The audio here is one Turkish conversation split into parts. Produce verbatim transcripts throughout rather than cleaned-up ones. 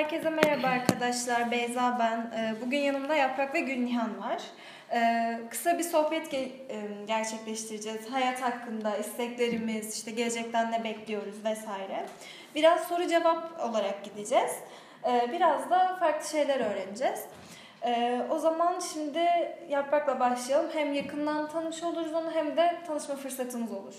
Herkese merhaba arkadaşlar. Beyza ben. Bugün yanımda Yaprak ve Gülnihan var. Kısa bir sohbet gerçekleştireceğiz. Hayat hakkında, isteklerimiz, işte gelecekten ne bekliyoruz vesaire. Biraz soru cevap olarak gideceğiz. Biraz da farklı şeyler öğreneceğiz. O zaman şimdi Yaprak'la başlayalım. Hem yakından tanımış oluruz onu hem de tanışma fırsatımız olur.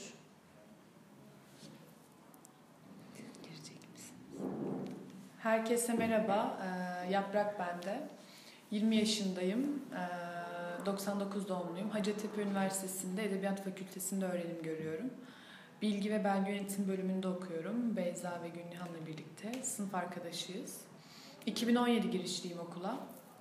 Herkese merhaba, ee, Yaprak ben de. yirmi yaşındayım, ee, doksan dokuz doğumluyum. Hacettepe Üniversitesi'nde Edebiyat Fakültesi'nde öğrenim görüyorum. Bilgi ve Belge Yönetimi bölümünde okuyorum. Beyza ve Gülnihan'la birlikte sınıf arkadaşıyız. iki bin on yedi girişliyim okula.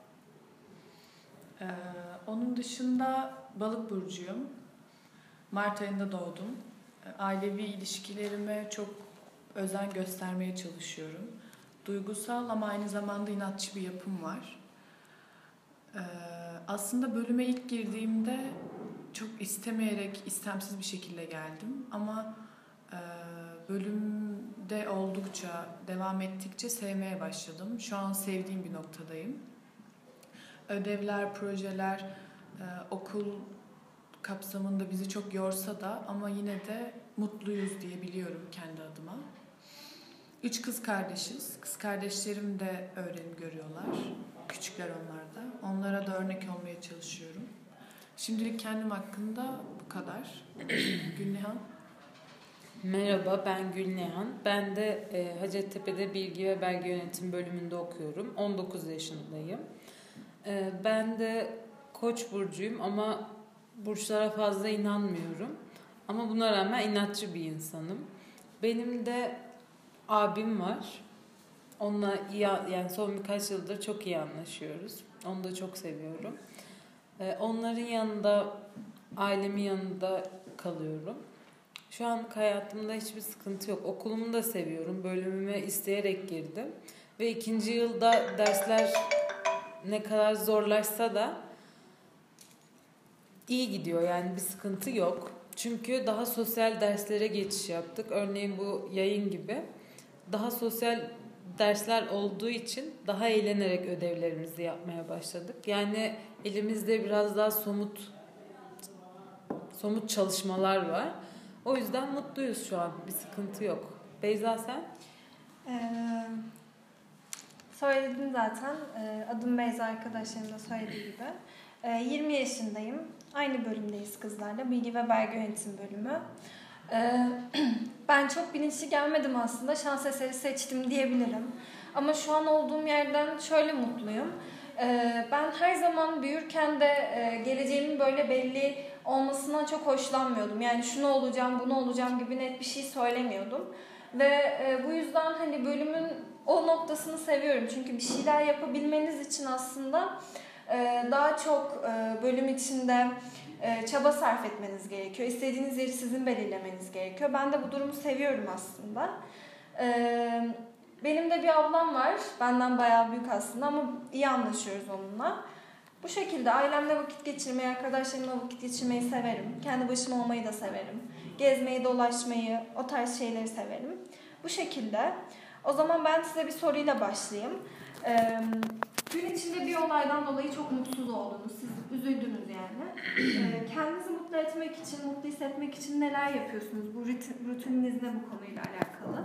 Ee, onun dışında balık burcuyum. Mart ayında doğdum. Ailevi ilişkilerime çok özen göstermeye çalışıyorum. Duygusal ama aynı zamanda inatçı bir yapım var. Ee, aslında bölüme ilk girdiğimde çok istemeyerek, istemsiz bir şekilde geldim. Ama e, bölümde oldukça, devam ettikçe sevmeye başladım. Şu an sevdiğim bir noktadayım. Ödevler, projeler, e, okul kapsamında bizi çok yorsa da ama yine de mutluyuz diye biliyorum kendi adıma. Üç kız kardeşiz. Kız kardeşlerim de öğrenim görüyorlar. Küçükler onlar da. Onlara da örnek olmaya çalışıyorum. Şimdilik kendim hakkında bu kadar. Gülnihan. Merhaba, ben Gülnihan. Ben de e, Hacettepe'de Bilgi ve Belge Yönetimi bölümünde okuyorum. on dokuz yaşındayım. E, ben de Koç burcuyum ama burçlara fazla inanmıyorum. Ama buna rağmen inatçı bir insanım. Benim de abim var. Onunla iyi, yani son birkaç yıldır çok iyi anlaşıyoruz. Onu da çok seviyorum. Ee, onların yanında, ailemin yanında kalıyorum. Şu an hayatımda hiçbir sıkıntı yok. Okulumu da seviyorum. Bölümüme isteyerek girdim. Ve ikinci yılda dersler ne kadar zorlaşsa da iyi gidiyor. Yani bir sıkıntı yok. Çünkü daha sosyal derslere geçiş yaptık. Örneğin bu yayın gibi. Daha sosyal dersler olduğu için daha eğlenerek ödevlerimizi yapmaya başladık. Yani elimizde biraz daha somut somut çalışmalar var. O yüzden mutluyuz şu an. Bir sıkıntı yok. Beyza sen? Ee, söyledin zaten. Ee, adım Beyza, arkadaşlarım da söylediği gibi. Ee, yirmi yaşındayım. Aynı bölümdeyiz kızlarla. Bilgi ve Belge Yönetimi bölümü. Ben çok bilinçli gelmedim aslında. Şans eseri seçtim diyebilirim. Ama şu an olduğum yerden şöyle mutluyum. Ben her zaman büyürken de geleceğimin böyle belli olmasından çok hoşlanmıyordum. Yani şunu olacağım, bunu olacağım gibi net bir şey söylemiyordum. Ve bu yüzden hani bölümün o noktasını seviyorum. Çünkü bir şeyler yapabilmeniz için aslında daha çok bölüm içinde çaba sarf etmeniz gerekiyor. İstediğiniz yeri sizin belirlemeniz gerekiyor. Ben de bu durumu seviyorum aslında. Benim de bir ablam var. Benden bayağı büyük aslında ama iyi anlaşıyoruz onunla. Bu şekilde ailemle vakit geçirmeyi, arkadaşlarımla vakit geçirmeyi severim. Kendi başıma olmayı da severim. Gezmeyi, dolaşmayı, o tarz şeyleri severim. Bu şekilde. O zaman ben size bir soruyla başlayayım. Ee, gün içinde bir olaydan dolayı çok mutsuz oldunuz. Siz üzüldünüz yani. Ee, kendinizi mutlu etmek için, mutlu hissetmek için neler yapıyorsunuz? Bu rutin, rutininiz ne bu konuyla alakalı?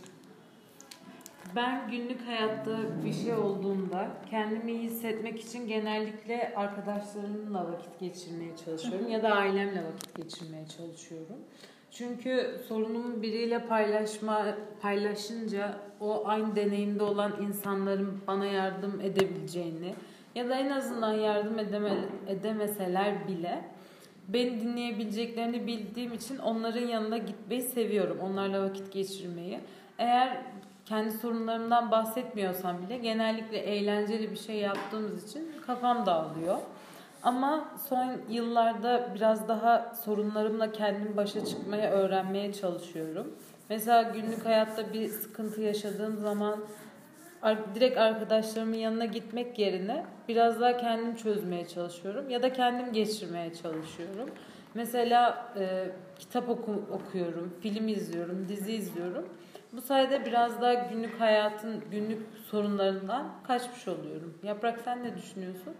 Ben günlük hayatta bir şey olduğunda kendimi iyi hissetmek için genellikle arkadaşlarımla vakit geçirmeye çalışıyorum ya da ailemle vakit geçirmeye çalışıyorum. Çünkü sorunumu biriyle paylaşma paylaşınca o aynı deneyimde olan insanların bana yardım edebileceğini ya da en azından yardım edeme, edemeseler bile beni dinleyebileceklerini bildiğim için onların yanına gitmeyi seviyorum. Onlarla vakit geçirmeyi. Eğer kendi sorunlarımdan bahsetmiyorsam bile genellikle eğlenceli bir şey yaptığımız için kafam dağılıyor. Ama son yıllarda biraz daha sorunlarımla kendim başa çıkmaya, öğrenmeye çalışıyorum. Mesela günlük hayatta bir sıkıntı yaşadığım zaman direkt arkadaşlarımın yanına gitmek yerine biraz daha kendim çözmeye çalışıyorum ya da kendim geçirmeye çalışıyorum. Mesela e, kitap oku, okuyorum, film izliyorum, dizi izliyorum. Bu sayede biraz daha günlük hayatın günlük sorunlarından kaçmış oluyorum. Yaprak, sen ne düşünüyorsun?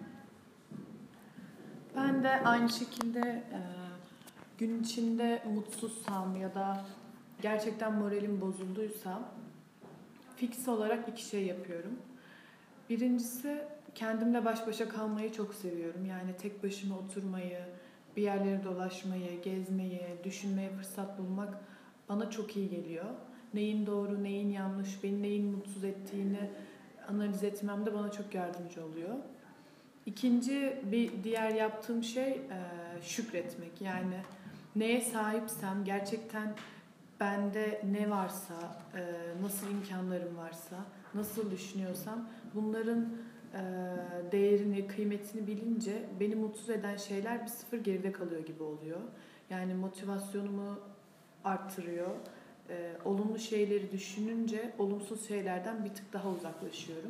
Ben de aynı şekilde e, gün içinde mutsuzsam ya da gerçekten moralim bozulduysa fix olarak iki şey yapıyorum. Birincisi, kendimle baş başa kalmayı çok seviyorum. Yani tek başıma oturmayı, bir yerlere dolaşmayı, gezmeyi, düşünmeye fırsat bulmak bana çok iyi geliyor. Neyin doğru, neyin yanlış, beni neyin mutsuz ettiğini analiz etmemde bana çok yardımcı oluyor. İkinci bir diğer yaptığım şey şükretmek. Yani neye sahipsem, gerçekten bende ne varsa, nasıl imkanlarım varsa, nasıl düşünüyorsam bunların değerini, kıymetini bilince beni mutsuz eden şeyler bir sıfır geride kalıyor gibi oluyor. Yani motivasyonumu arttırıyor. Olumlu şeyleri düşününce olumsuz şeylerden bir tık daha uzaklaşıyorum.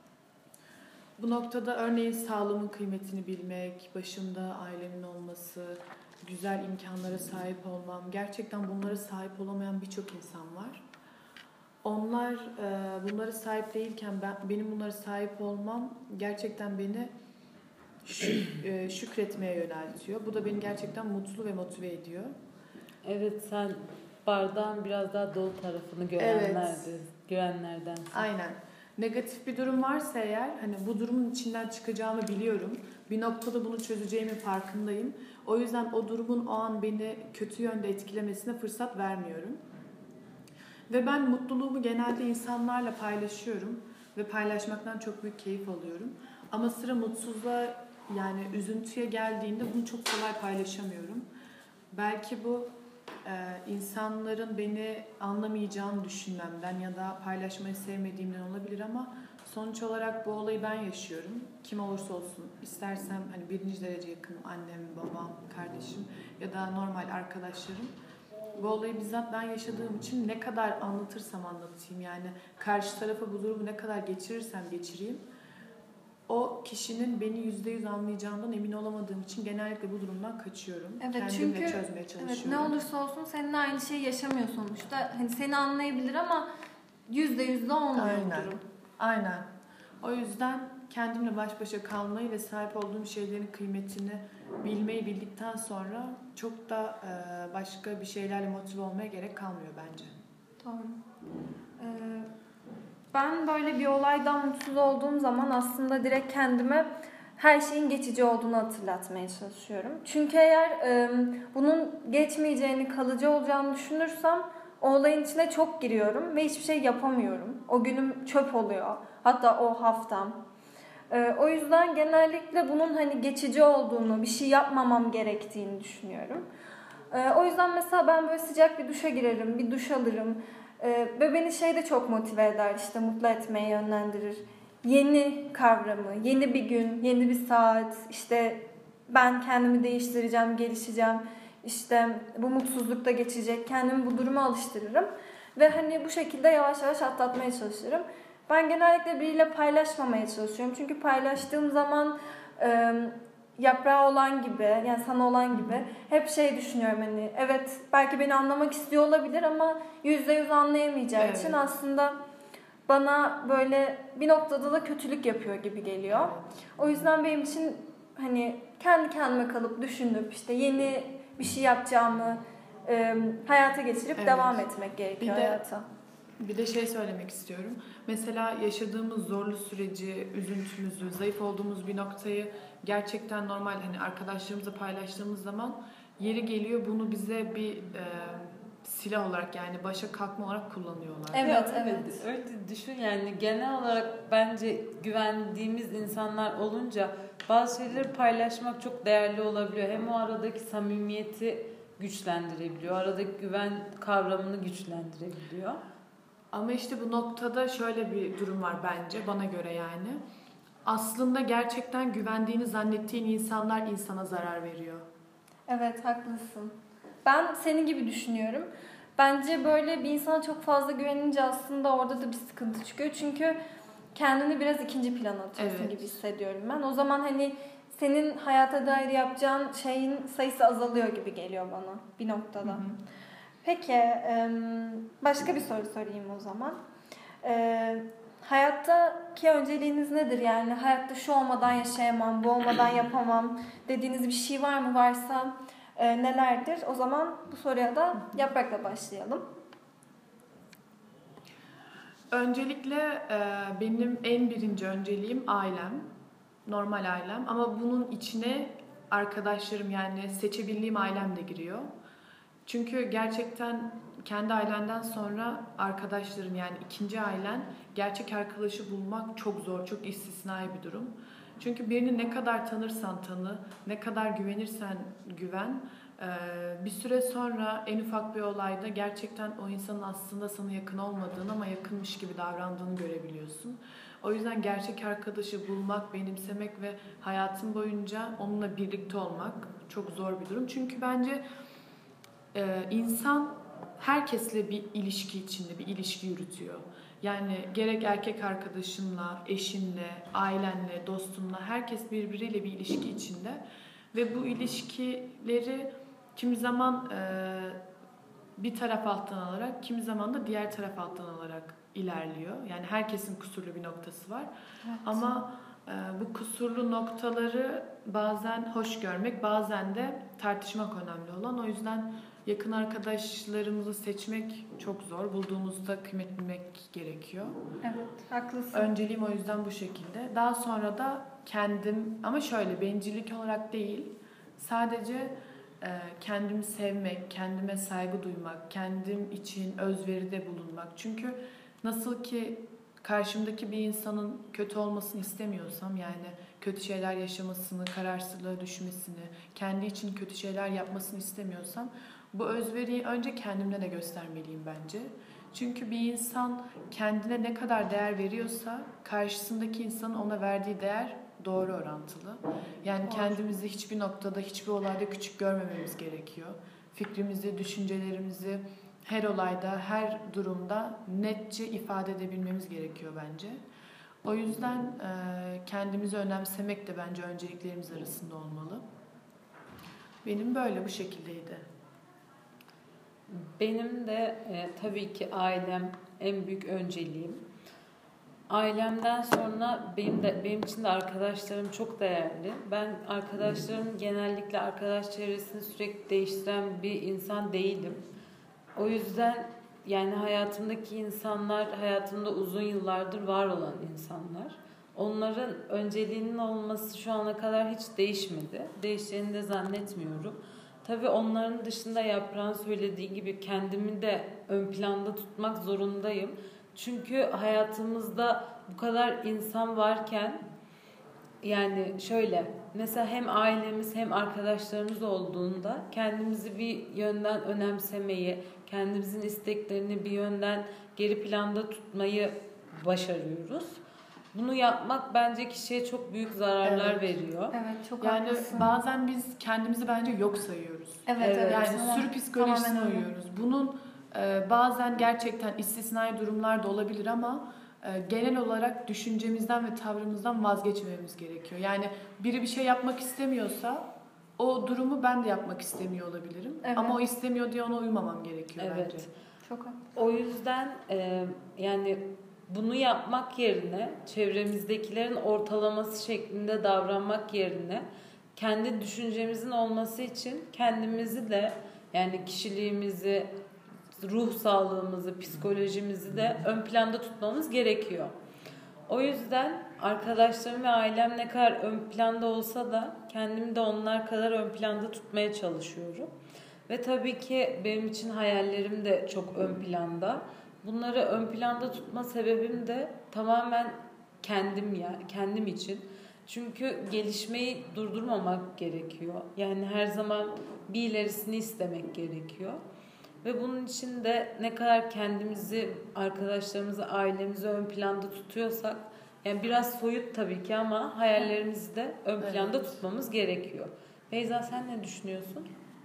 Bu noktada örneğin sağlığımın kıymetini bilmek, başımda ailemin olması, güzel imkanlara sahip olmam, gerçekten bunlara sahip olamayan birçok insan var. Onlar e, bunlara sahip değilken ben, benim bunlara sahip olmam gerçekten beni şük, e, şükretmeye yöneltiyor. Bu da beni gerçekten mutlu ve motive ediyor. Evet, sen bardağın biraz daha dolu tarafını görenlerdi, evet. görenlerdensin. Aynen. Negatif bir durum varsa eğer, hani bu durumun içinden çıkacağımı biliyorum. Bir noktada bunu çözeceğimin farkındayım. O yüzden o durumun o an beni kötü yönde etkilemesine fırsat vermiyorum. Ve ben mutluluğumu genelde insanlarla paylaşıyorum. Ve paylaşmaktan çok büyük keyif alıyorum. Ama sıra mutsuzluğa, yani üzüntüye geldiğinde bunu çok kolay paylaşamıyorum. Belki bu insanların beni anlamayacağını düşünmemden ya da paylaşmayı sevmediğimden olabilir ama sonuç olarak bu olayı ben yaşıyorum. Kim olursa olsun, istersem hani birinci derece yakınım, annem, babam, kardeşim ya da normal arkadaşlarım. Bu olayı bizzat ben yaşadığım için ne kadar anlatırsam anlatayım, yani karşı tarafa bu durumu ne kadar geçirirsem geçireyim, o kişinin beni yüzde yüz anlayacağından emin olamadığım için genellikle bu durumdan kaçıyorum. Evet, kendimle çünkü çözmeye çalışıyorum. Evet, ne olursa olsun seninle aynı şeyi yaşamıyor sonuçta. Hani seni anlayabilir ama yüzde yüz de olmuyor Aynen. durum. Aynen. O yüzden kendimle baş başa kalmayı ve sahip olduğum şeylerin kıymetini bilmeyi bildikten sonra çok da başka bir şeylerle motive olmaya gerek kalmıyor bence. Doğru. Ee, ben böyle bir olaydan mutsuz olduğum zaman aslında direkt kendime her şeyin geçici olduğunu hatırlatmaya çalışıyorum. Çünkü eğer e, bunun geçmeyeceğini, kalıcı olacağını düşünürsem o olayın içine çok giriyorum ve hiçbir şey yapamıyorum. O günüm çöp oluyor. Hatta o haftam. E, o yüzden genellikle bunun hani geçici olduğunu, bir şey yapmamam gerektiğini düşünüyorum. E, o yüzden mesela ben böyle sıcak bir duşa girerim, bir duş alırım. E, ve beni şey de çok motive eder, işte mutlu etmeye yönlendirir. Yeni kavramı, yeni bir gün, yeni bir saat, işte ben kendimi değiştireceğim, gelişeceğim, işte bu mutsuzluk da geçecek, kendimi bu duruma alıştırırım ve hani bu şekilde yavaş yavaş atlatmaya çalışırım. Ben genellikle biriyle paylaşmamaya çalışıyorum çünkü paylaştığım zaman e, yaprağı olan gibi, yani sana olan gibi hep şey düşünüyorum, hani evet belki beni anlamak istiyor olabilir ama yüzde yüz anlayamayacağı evet. için aslında bana böyle bir noktada da kötülük yapıyor gibi geliyor. O yüzden benim için hani kendi kendime kalıp düşünüp işte yeni bir şey yapacağımı e, hayata geçirip evet. devam etmek gerekiyor bir de, hayata. Bir de şey söylemek istiyorum. Mesela yaşadığımız zorlu süreci, üzüntümüzü, zayıf olduğumuz bir noktayı gerçekten normal hani arkadaşlarımızla paylaştığımız zaman yeri geliyor bunu bize bir e, silah olarak, yani başa kalkma olarak kullanıyorlar. Evet, evet. Öyle düşün, yani genel olarak bence güvendiğimiz insanlar olunca bazı şeyleri paylaşmak çok değerli olabiliyor. Hem o aradaki samimiyeti güçlendirebiliyor, aradaki güven kavramını güçlendirebiliyor. Ama işte bu noktada şöyle bir durum var bence, bana göre yani. Aslında gerçekten güvendiğini zannettiğin insanlar insana zarar veriyor. Evet, haklısın. Ben senin gibi düşünüyorum. Bence böyle bir insana çok fazla güvenince aslında orada da bir sıkıntı çıkıyor. Çünkü kendini biraz ikinci plana atıyorsun evet. gibi hissediyorum ben. O zaman hani senin hayata dair yapacağın şeyin sayısı azalıyor gibi geliyor bana bir noktada. Hı hı. Peki başka bir soru sorayım o zaman. Ee, hayattaki önceliğiniz nedir? Yani hayatta şu olmadan yaşayamam, bu olmadan yapamam dediğiniz bir şey var mı? Varsa e, nelerdir? O zaman bu soruya da Yaprak'la başlayalım. Öncelikle e, benim en birinci önceliğim ailem. Normal ailem. Ama bunun içine arkadaşlarım, yani seçebildiğim ailem de giriyor. Çünkü gerçekten kendi ailenden sonra arkadaşların, yani ikinci ailen, gerçek arkadaşı bulmak çok zor, çok istisnai bir durum. Çünkü birini ne kadar tanırsan tanı, ne kadar güvenirsen güven, bir süre sonra en ufak bir olayda gerçekten o insanın aslında sana yakın olmadığını ama yakınmış gibi davrandığını görebiliyorsun. O yüzden gerçek arkadaşı bulmak, benimsemek ve hayatın boyunca onunla birlikte olmak çok zor bir durum. Çünkü bence Ee, insan herkesle bir ilişki içinde bir ilişki yürütüyor. Yani gerek erkek arkadaşınla, eşinle, ailenle, dostunla, herkes birbiriyle bir ilişki içinde. Ve bu ilişkileri kimi zaman e, bir taraf alttan alarak, kimi zaman da diğer taraf alttan alarak ilerliyor. Yani herkesin kusurlu bir noktası var. Evet. Ama e, bu kusurlu noktaları bazen hoş görmek, bazen de tartışmak önemli olan. O yüzden yakın arkadaşlarımızı seçmek çok zor. Bulduğumuzda kıymet bilmek gerekiyor. Evet, haklısın. Önceliğim o yüzden bu şekilde. Daha sonra da kendim, ama şöyle bencillik olarak değil, sadece e, kendimi sevmek, kendime saygı duymak, kendim için özveride bulunmak. Çünkü nasıl ki karşımdaki bir insanın kötü olmasını istemiyorsam, yani kötü şeyler yaşamasını, kararsızlığa düşmesini, kendi için kötü şeyler yapmasını istemiyorsam, bu özveriyi önce kendimde de göstermeliyim bence. Çünkü bir insan kendine ne kadar değer veriyorsa karşısındaki insanın ona verdiği değer doğru orantılı. Yani doğru. Kendimizi hiçbir noktada, hiçbir olayda küçük görmememiz gerekiyor. Fikrimizi, düşüncelerimizi her olayda, her durumda netçe ifade edebilmemiz gerekiyor bence. O yüzden kendimizi önemsemek de bence önceliklerimiz arasında olmalı. Benim böyle bu şekildeydi. Benim de e, tabii ki ailem en büyük önceliğim. Ailemden sonra benim de benim için de arkadaşlarım çok değerli. Ben arkadaşlarım genellikle arkadaş çevresini sürekli değiştiren bir insan değilim. O yüzden yani hayatımdaki insanlar hayatımda uzun yıllardır var olan insanlar. Onların önceliğinin olması şu ana kadar hiç değişmedi. Değişeceğini de zannetmiyorum. Tabii onların dışında Yaprağın söylediği gibi kendimi de ön planda tutmak zorundayım. Çünkü hayatımızda bu kadar insan varken, yani şöyle mesela hem ailemiz hem arkadaşlarımız olduğunda kendimizi bir yönden önemsemeyi, kendimizin isteklerini bir yönden geri planda tutmayı başarıyoruz. Bunu yapmak bence kişiye çok büyük zararlar evet. veriyor. Evet, çok yani haklısın. Bazen biz kendimizi bence yok sayıyoruz. Evet, evet. Yani tamam. sürü psikolojisine uyuyoruz. Bunun e, bazen gerçekten istisnai durumlar da olabilir ama e, genel olarak düşüncemizden ve tavrımızdan vazgeçmememiz gerekiyor. Yani biri bir şey yapmak istemiyorsa o durumu ben de yapmak istemiyor olabilirim. Evet. Ama o istemiyor diye ona uymamam gerekiyor evet. bence. Çok haklısın. O yüzden e, yani bunu yapmak yerine, çevremizdekilerin ortalaması şeklinde davranmak yerine kendi düşüncemizin olması için kendimizi de, yani kişiliğimizi, ruh sağlığımızı, psikolojimizi de ön planda tutmamız gerekiyor. O yüzden arkadaşlarım ve ailem ne kadar ön planda olsa da kendimi de onlar kadar ön planda tutmaya çalışıyorum. Ve tabii ki benim için hayallerim de çok ön planda. Bunları ön planda tutma sebebim de tamamen kendim ya, kendim için. Çünkü gelişmeyi durdurmamak gerekiyor. Yani her zaman bir ilerisini istemek gerekiyor. Ve bunun için de ne kadar kendimizi, arkadaşlarımızı, ailemizi ön planda tutuyorsak, yani biraz soyut tabii ki ama hayallerimizi de ön planda evet. tutmamız gerekiyor. Beyza, sen ne düşünüyorsun?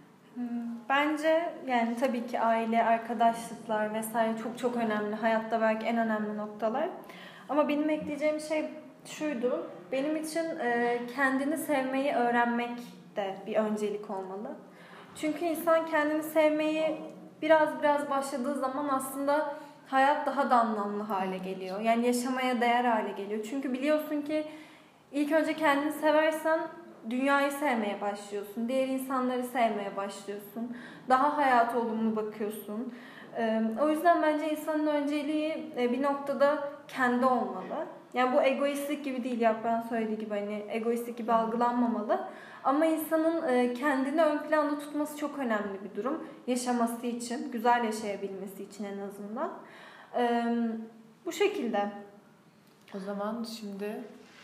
Bence yani tabii ki aile, arkadaşlıklar vesaire çok çok önemli. Hayatta belki en önemli noktalar. Ama benim ekleyeceğim şey şuydu. Benim için kendini sevmeyi öğrenmek de bir öncelik olmalı. Çünkü insan kendini sevmeyi biraz biraz başladığı zaman aslında hayat daha da anlamlı hale geliyor. Yani yaşamaya değer hale geliyor. Çünkü biliyorsun ki ilk önce kendini seversen dünyayı sevmeye başlıyorsun. Diğer insanları sevmeye başlıyorsun. Daha hayata olumlu bakıyorsun. Ee, o yüzden bence insanın önceliği e, bir noktada kendi olmalı. Yani bu egoistlik gibi değil, Yaprağın söylediği gibi hani egoistlik gibi algılanmamalı. Ama insanın e, kendini ön planda tutması çok önemli bir durum. Yaşaması için, güzel yaşayabilmesi için en azından. Ee, bu şekilde. O zaman şimdi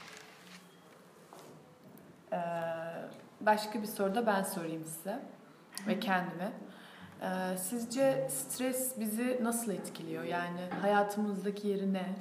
e, başka bir soru da ben sorayım size ve kendime. E, sizce stres bizi nasıl etkiliyor? Yani hayatımızdaki yeri ne?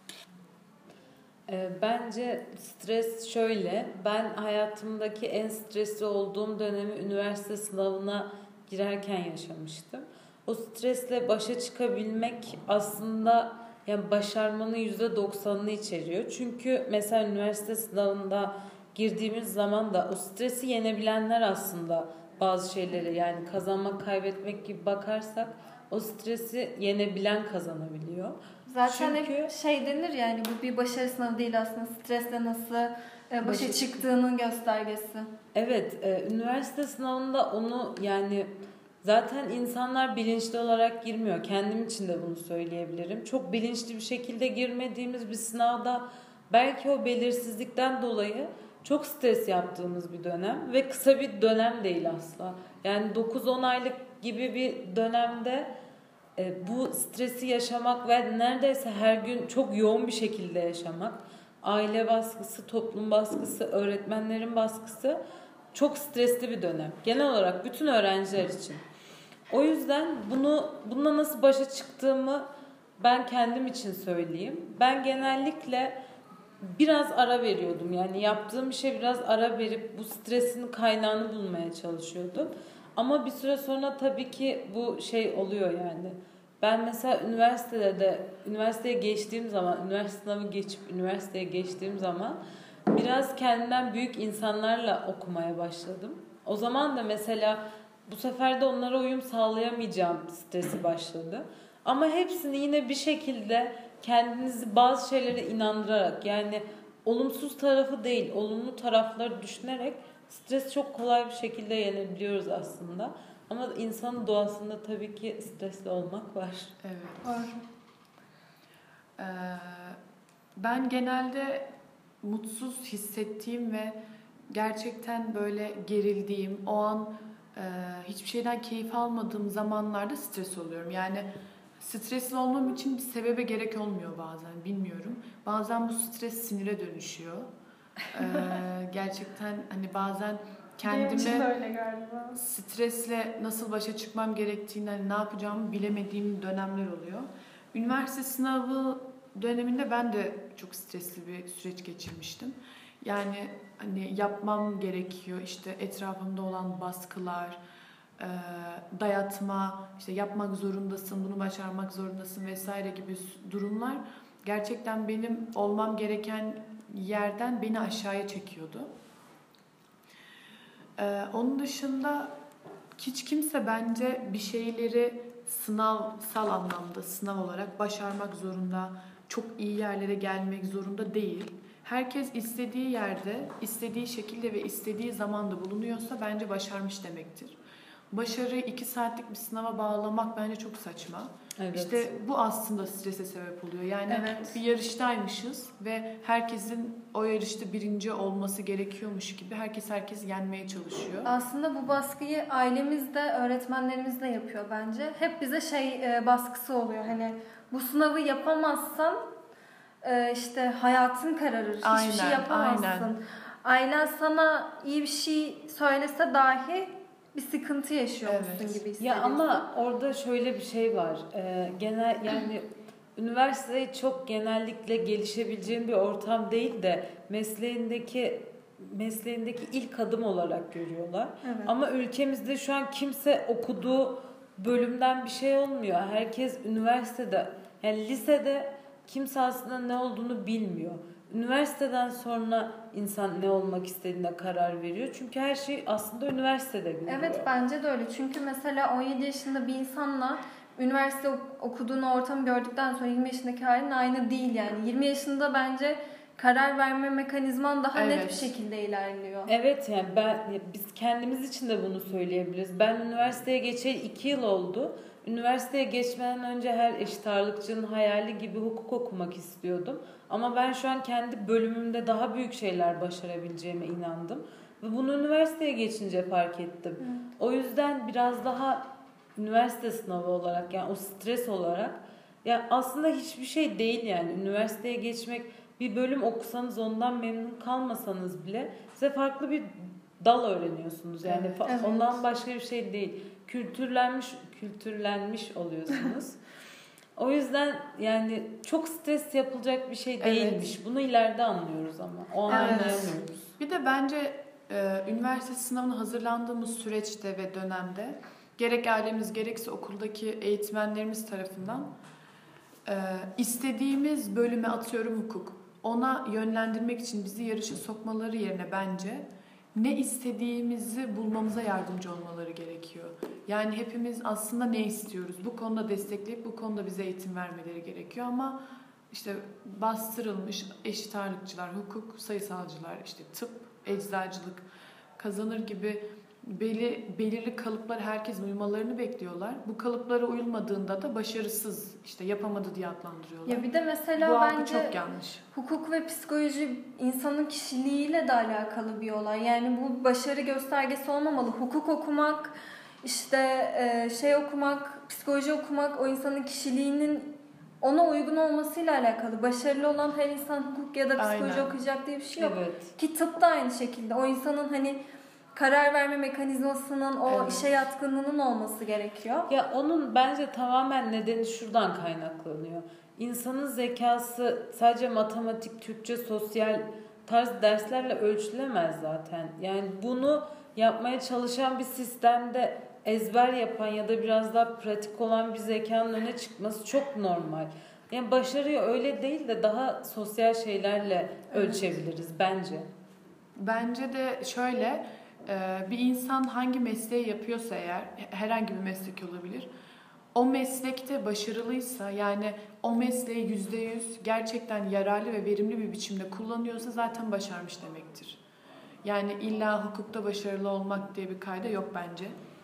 E, bence stres şöyle. Ben hayatımdaki en stresli olduğum dönemi üniversite sınavına girerken yaşamıştım. O stresle başa çıkabilmek aslında yani başarmanın yüzde doksanını içeriyor. Çünkü mesela üniversite sınavında girdiğimiz zaman da o stresi yenebilenler aslında bazı şeyleri, yani kazanmak kaybetmek gibi bakarsak o stresi yenebilen kazanabiliyor. Zaten Çünkü hep şey denir yani, bu bir başarı sınavı değil aslında, stresle nasıl e, başa Başa çıktığının göstergesi. Evet, e, üniversite sınavında onu yani zaten insanlar bilinçli olarak girmiyor. Kendim için de bunu söyleyebilirim. Çok bilinçli bir şekilde girmediğimiz bir sınavda belki o belirsizlikten dolayı çok stres yaptığımız bir dönem ve kısa bir dönem değil asla. Yani dokuz on aylık gibi bir dönemde e, bu stresi yaşamak ve neredeyse her gün çok yoğun bir şekilde yaşamak, aile baskısı, toplum baskısı, öğretmenlerin baskısı çok stresli bir dönem. Genel olarak bütün öğrenciler için. O yüzden bunu bununla nasıl başa çıktığımı ben kendim için söyleyeyim. Ben genellikle biraz ara veriyordum. Yani yaptığım işe biraz ara verip bu stresin kaynağını bulmaya çalışıyordum. Ama bir süre sonra tabii ki bu şey oluyor yani. Ben mesela üniversitede de üniversiteye geçtiğim zaman, üniversite sınavı geçip üniversiteye geçtiğim zaman biraz kendimden büyük insanlarla okumaya başladım. O zaman da mesela bu sefer de onlara uyum sağlayamayacağım stresi başladı. Ama hepsini yine bir şekilde kendinizi bazı şeylere inandırarak, yani olumsuz tarafı değil, olumlu tarafları düşünerek stres çok kolay bir şekilde yenebiliyoruz aslında. Ama insanın doğasında tabii ki stresli olmak var. Evet. Var. Ee, ben genelde mutsuz hissettiğim ve gerçekten böyle gerildiğim, o an e, hiçbir şeyden keyif almadığım zamanlarda stres oluyorum. Yani stresli olmam için bir sebebe gerek olmuyor bazen, bilmiyorum. Bazen bu stres sinire dönüşüyor. Ee, gerçekten hani bazen kendime öyle galiba. stresle nasıl başa çıkmam gerektiğini, hani ne yapacağımı bilemediğim dönemler oluyor. Üniversite sınavı döneminde ben de çok stresli bir süreç geçirmiştim. Yani hani yapmam gerekiyor, işte etrafımda olan baskılar, e, dayatma, işte yapmak zorundasın, bunu başarmak zorundasın vesaire gibi durumlar gerçekten benim olmam gereken yerden beni aşağıya çekiyordu. Ee, onun dışında hiç kimse bence bir şeyleri sınavsal anlamda, sınav olarak başarmak zorunda, çok iyi yerlere gelmek zorunda değil. Herkes istediği yerde, istediği şekilde ve istediği zamanda bulunuyorsa bence başarmış demektir. Başarıyı iki saatlik bir sınava bağlamak bence çok saçma. Evet. İşte bu aslında strese sebep oluyor. Yani Evet. bir yarıştaymışız ve herkesin o yarışta birinci olması gerekiyormuş gibi herkes herkes yenmeye çalışıyor. Aslında bu baskıyı ailemiz de, öğretmenlerimiz de yapıyor bence. Hep bize şey e, baskısı oluyor. Hani bu sınavı yapamazsan e, işte hayatın kararır. Aynen, Hiçbir şey yapamazsın. aynen. Ailen sana iyi bir şey söylese dahi bir sıkıntı yaşıyormuşsun Evet. gibi Ya hissediyorsun. ama orada şöyle bir şey var. Ee, genel yani üniversite çok genellikle gelişebileceğin bir ortam değil de mesleğindeki mesleğindeki ilk adım olarak görüyorlar. Evet. Ama ülkemizde şu an kimse okuduğu bölümden bir şey olmuyor. Herkes üniversitede, yani lisede kimse aslında ne olduğunu bilmiyor. Üniversiteden sonra insan ne olmak istediğine karar veriyor. Çünkü her şey aslında üniversitede görüyor. Evet, bence de öyle. Çünkü mesela on yedi yaşında bir insanla üniversite okuduğun ortamı gördükten sonra yirmi yaşındaki halin aynı değil yani. yirmi yaşında bence karar verme mekanizman daha Evet. net bir şekilde ilerliyor. Evet, yani ben biz kendimiz için de bunu söyleyebiliriz. Ben üniversiteye geçeli iki yıl oldu. Üniversiteye geçmeden önce her eşit ağırlıkçının hayali gibi hukuk okumak istiyordum. Ama ben şu an kendi bölümümde daha büyük şeyler başarabileceğime inandım. Ve bunu üniversiteye geçince fark ettim. Evet. O yüzden biraz daha üniversite sınavı olarak, yani o stres olarak, ya aslında hiçbir şey değil yani. Üniversiteye geçmek, bir bölüm okusanız ondan memnun kalmasanız bile size farklı bir dal öğreniyorsunuz. Yani Evet, fa- evet. ondan başka bir şey değil. Kültürlenmiş kültürlenmiş oluyorsunuz. O yüzden yani çok stres yapılacak bir şey değilmiş. Evet. Bunu ileride anlıyoruz ama. O an Evet. anlayamıyoruz. Bir de bence e, üniversite sınavına hazırlandığımız süreçte ve dönemde gerek ailemiz gerekse okuldaki eğitmenlerimiz tarafından e, istediğimiz bölüme, atıyorum hukuk, ona yönlendirmek için bizi yarışa sokmaları yerine bence ne istediğimizi bulmamıza yardımcı olmaları gerekiyor. Yani hepimiz aslında ne istiyoruz? Bu konuda destekleyip bu konuda bize eğitim vermeleri gerekiyor ama işte bastırılmış eşit ağırlıkçılar, hukuk, sayısalcılar, işte tıp, eczacılık kazanır gibi belli, belirli kalıplar herkes uymalarını bekliyorlar. Bu kalıplara uyulmadığında da başarısız, işte yapamadı diye adlandırıyorlar. Ya bir de mesela Bu algı bence çok yanlış. hukuk ve psikoloji insanın kişiliğiyle de alakalı bir olay. Yani bu başarı göstergesi olmamalı. Hukuk okumak, işte e, şey okumak, psikoloji okumak o insanın kişiliğinin ona uygun olmasıyla alakalı. Başarılı olan her insan hukuk ya da psikoloji Aynen. okuyacak diye bir şey yok. Evet. Ki tıp da aynı şekilde. O insanın hani karar verme mekanizmasının, o Evet. işe yatkınlığının olması gerekiyor. Ya onun bence tamamen nedeni şuradan kaynaklanıyor. İnsanın zekası sadece matematik, Türkçe, sosyal tarz derslerle ölçülemez zaten. Yani bunu yapmaya çalışan bir sistemde ezber yapan ya da biraz daha pratik olan bir zekanın öne çıkması çok normal. Yani başarıyı öyle değil de daha sosyal şeylerle ölçebiliriz bence. Bence de şöyle, bir insan hangi mesleği yapıyorsa eğer, herhangi bir meslek olabilir, o meslekte başarılıysa, yani o mesleği yüzde yüz gerçekten yararlı ve verimli bir biçimde kullanıyorsa zaten başarmış demektir. Yani illa hukukta başarılı olmak diye bir kayda yok bence.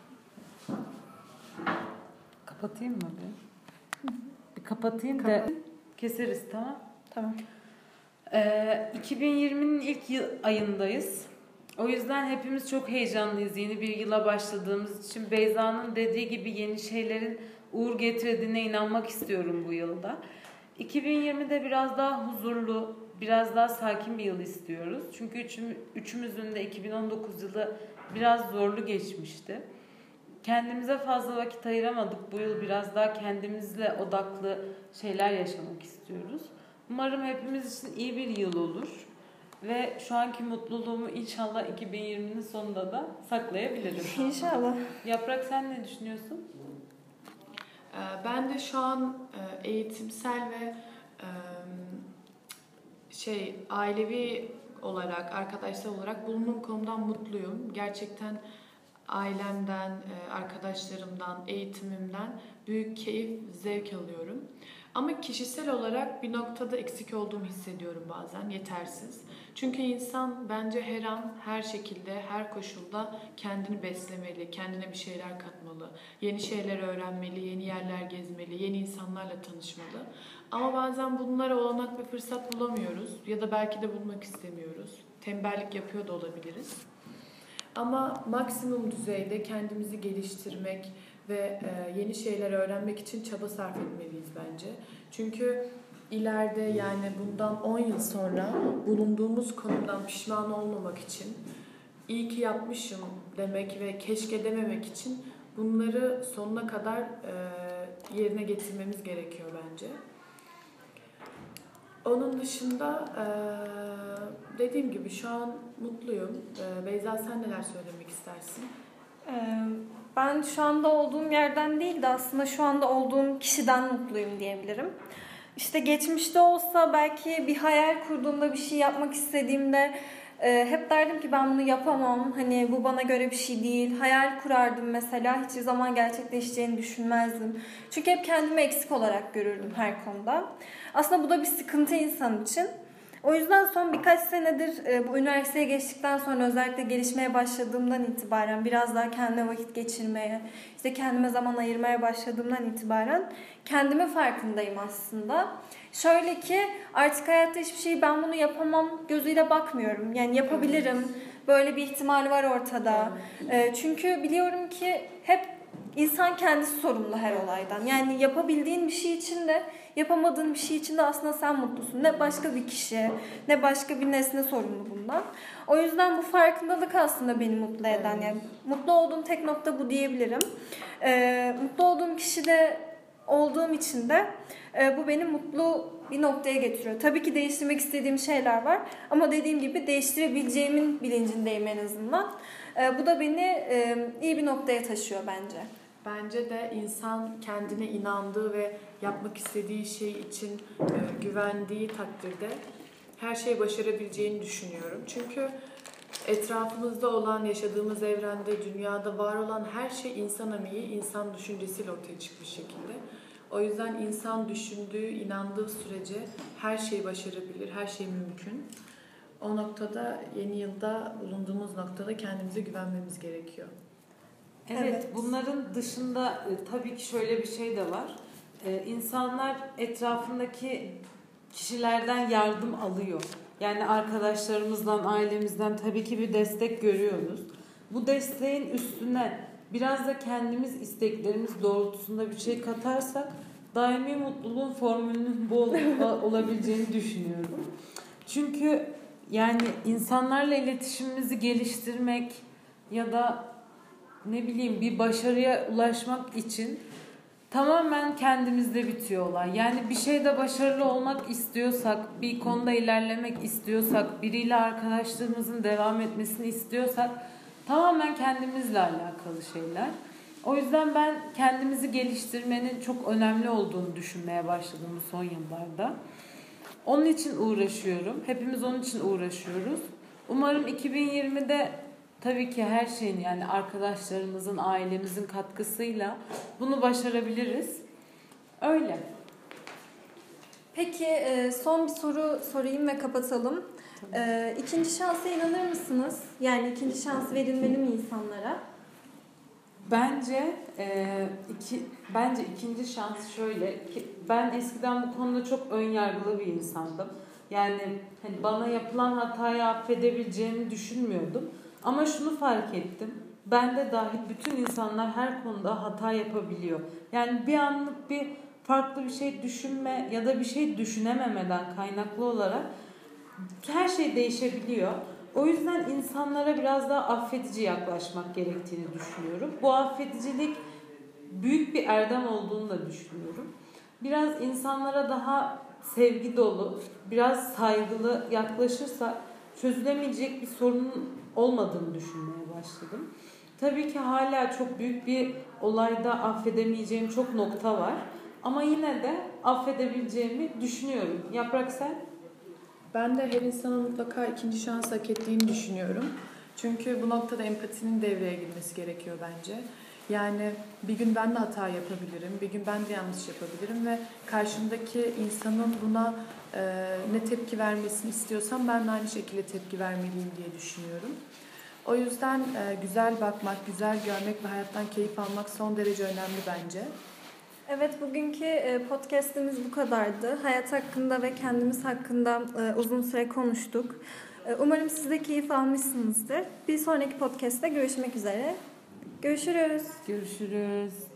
Kapatayım mı bir? Bir kapatayım da keseriz, tamam? Tamam. Ee, iki bin yirminin ilk yıl ayındayız. O yüzden hepimiz çok heyecanlıyız yeni bir yıla başladığımız için. Beyza'nın dediği gibi yeni şeylerin uğur getirdiğine inanmak istiyorum bu yılda. iki bin yirmide biraz daha huzurlu, biraz daha sakin bir yıl istiyoruz. Çünkü üçüm, üçümüzün de iki bin on dokuz yılı biraz zorlu geçmişti. Kendimize fazla vakit ayıramadık. Bu yıl biraz daha kendimizle odaklı şeyler yaşamak istiyoruz. Umarım hepimiz için iyi bir yıl olur. Ve şu anki mutluluğumu inşallah iki bin yirminin sonunda da saklayabilirim. İnşallah. Yaprak, sen ne düşünüyorsun? Ben de şu an eğitimsel ve şey ailevi olarak, arkadaşlar olarak bulunduğum konudan mutluyum. Gerçekten ailemden, arkadaşlarımdan, eğitimimden büyük keyif, zevk alıyorum. Ama kişisel olarak bir noktada eksik olduğumu hissediyorum bazen, yetersiz. Çünkü insan bence her an, her şekilde, her koşulda kendini beslemeli, kendine bir şeyler katmalı, yeni şeyler öğrenmeli, yeni yerler gezmeli, yeni insanlarla tanışmalı. Ama bazen bunlara olanak ve fırsat bulamıyoruz ya da belki de bulmak istemiyoruz. Tembellik yapıyor da olabiliriz. Ama maksimum düzeyde kendimizi geliştirmek ve yeni şeyler öğrenmek için çaba sarf etmeliyiz bence. Çünkü ileride, yani bundan on yıl sonra bulunduğumuz konumdan pişman olmamak için, iyi ki yapmışım demek ve keşke dememek için bunları sonuna kadar yerine getirmemiz gerekiyor bence. Onun dışında dediğim gibi şu an mutluyum. Beyza, sen neler söylemek istersin? Ben şu anda olduğum yerden değil de aslında şu anda olduğum kişiden mutluyum diyebilirim. İşte geçmişte olsa belki bir hayal kurduğumda, bir şey yapmak istediğimde e, hep derdim ki ben bunu yapamam. Hani bu bana göre bir şey değil. Hayal kurardım mesela. Hiçbir zaman gerçekleşeceğini düşünmezdim. Çünkü hep kendimi eksik olarak görürdüm her konuda. Aslında bu da bir sıkıntı insan için. O yüzden son birkaç senedir e, bu üniversiteye geçtikten sonra özellikle gelişmeye başladığımdan itibaren biraz daha kendime vakit geçirmeye, işte kendime zaman ayırmaya başladığımdan itibaren kendimin farkındayım aslında. Şöyle ki artık hayatta hiçbir şeyi ben bunu yapamam gözüyle bakmıyorum. Yani yapabilirim. Böyle bir ihtimal var ortada. E, çünkü biliyorum ki hep insan kendisi sorumlu her olaydan. Yani yapabildiğin bir şey için de yapamadığın bir şey için de aslında sen mutlusun. Ne başka bir kişi, ne başka bir nesne sorumlu bundan. O yüzden bu farkındalık aslında beni mutlu eden. Yani mutlu olduğum tek nokta bu diyebilirim. Ee, mutlu olduğum kişide olduğum için de e, bu beni mutlu bir noktaya getiriyor. Tabii ki değiştirmek istediğim şeyler var. Ama dediğim gibi değiştirebileceğimin bilincindeyim en azından. E, bu da beni e, iyi bir noktaya taşıyor bence. Bence de insan kendine inandığı ve yapmak istediği şey için e, güvendiği takdirde her şeyi başarabileceğini düşünüyorum. Çünkü etrafımızda olan, yaşadığımız evrende, dünyada var olan her şey insan emeği, insan düşüncesiyle ortaya çıkmış şekilde. O yüzden insan düşündüğü, inandığı sürece her şeyi başarabilir, her şey mümkün. O noktada yeni yılda bulunduğumuz noktada kendimize güvenmemiz gerekiyor. Evet, evet. Bunların dışında e, tabii ki şöyle bir şey de var. E, insanlar etrafındaki kişilerden yardım alıyor. Yani arkadaşlarımızdan, ailemizden tabii ki bir destek görüyoruz. Bu desteğin üstüne biraz da kendimiz isteklerimiz doğrultusunda bir şey katarsak daimi mutluluğun formülünün bu olabileceğini düşünüyorum. Çünkü yani insanlarla iletişimimizi geliştirmek ya da ne bileyim bir başarıya ulaşmak için tamamen kendimizde bitiyor olay. Yani bir şeyde başarılı olmak istiyorsak, bir konuda ilerlemek istiyorsak, biriyle arkadaşlığımızın devam etmesini istiyorsak tamamen kendimizle alakalı şeyler. O yüzden ben kendimizi geliştirmenin çok önemli olduğunu düşünmeye başladım bu son yıllarda. Onun için uğraşıyorum. Hepimiz onun için uğraşıyoruz. Umarım iki bin yirmide tabii ki her şeyin yani arkadaşlarımızın, ailemizin katkısıyla bunu başarabiliriz. Öyle. Peki son bir soru sorayım ve kapatalım. Ee, ikinci şansa inanır mısınız? Yani ikinci şans verilmeli mi insanlara? Bence e, iki bence ikinci şans şöyle ki ben eskiden bu konuda çok ön yargılı bir insandım. Yani hani bana yapılan hatayı affedebileceğimi düşünmüyordum. Ama şunu fark ettim. Ben de dahil bütün insanlar her konuda hata yapabiliyor. Yani bir anlık bir farklı bir şey düşünme ya da bir şey düşünememeden kaynaklı olarak her şey değişebiliyor. O yüzden insanlara biraz daha affedici yaklaşmak gerektiğini düşünüyorum. Bu affedicilik büyük bir erdem olduğunu da düşünüyorum. Biraz insanlara daha sevgi dolu, biraz saygılı yaklaşırsa çözülemeyecek bir sorunun olmadığını düşünmeye başladım. Tabii ki hala çok büyük bir olayda affedemeyeceğim çok nokta var. Ama yine de affedebileceğimi düşünüyorum. Yaprak sen? Ben de her insanın mutlaka ikinci şans hak ettiğini düşünüyorum. Çünkü bu noktada empatinin devreye girmesi gerekiyor bence. Yani bir gün ben de hata yapabilirim, bir gün ben de yanlış yapabilirim ve karşımdaki insanın buna e, ne tepki vermesini istiyorsam ben de aynı şekilde tepki vermeliyim diye düşünüyorum. O yüzden e, güzel bakmak, güzel görmek ve hayattan keyif almak son derece önemli bence. Evet, bugünkü podcast'imiz bu kadardı. Hayat hakkında ve kendimiz hakkında uzun süre konuştuk. Umarım siz de keyif almışsınızdır. Bir sonraki podcast'te görüşmek üzere. Görüşürüz. Görüşürüz.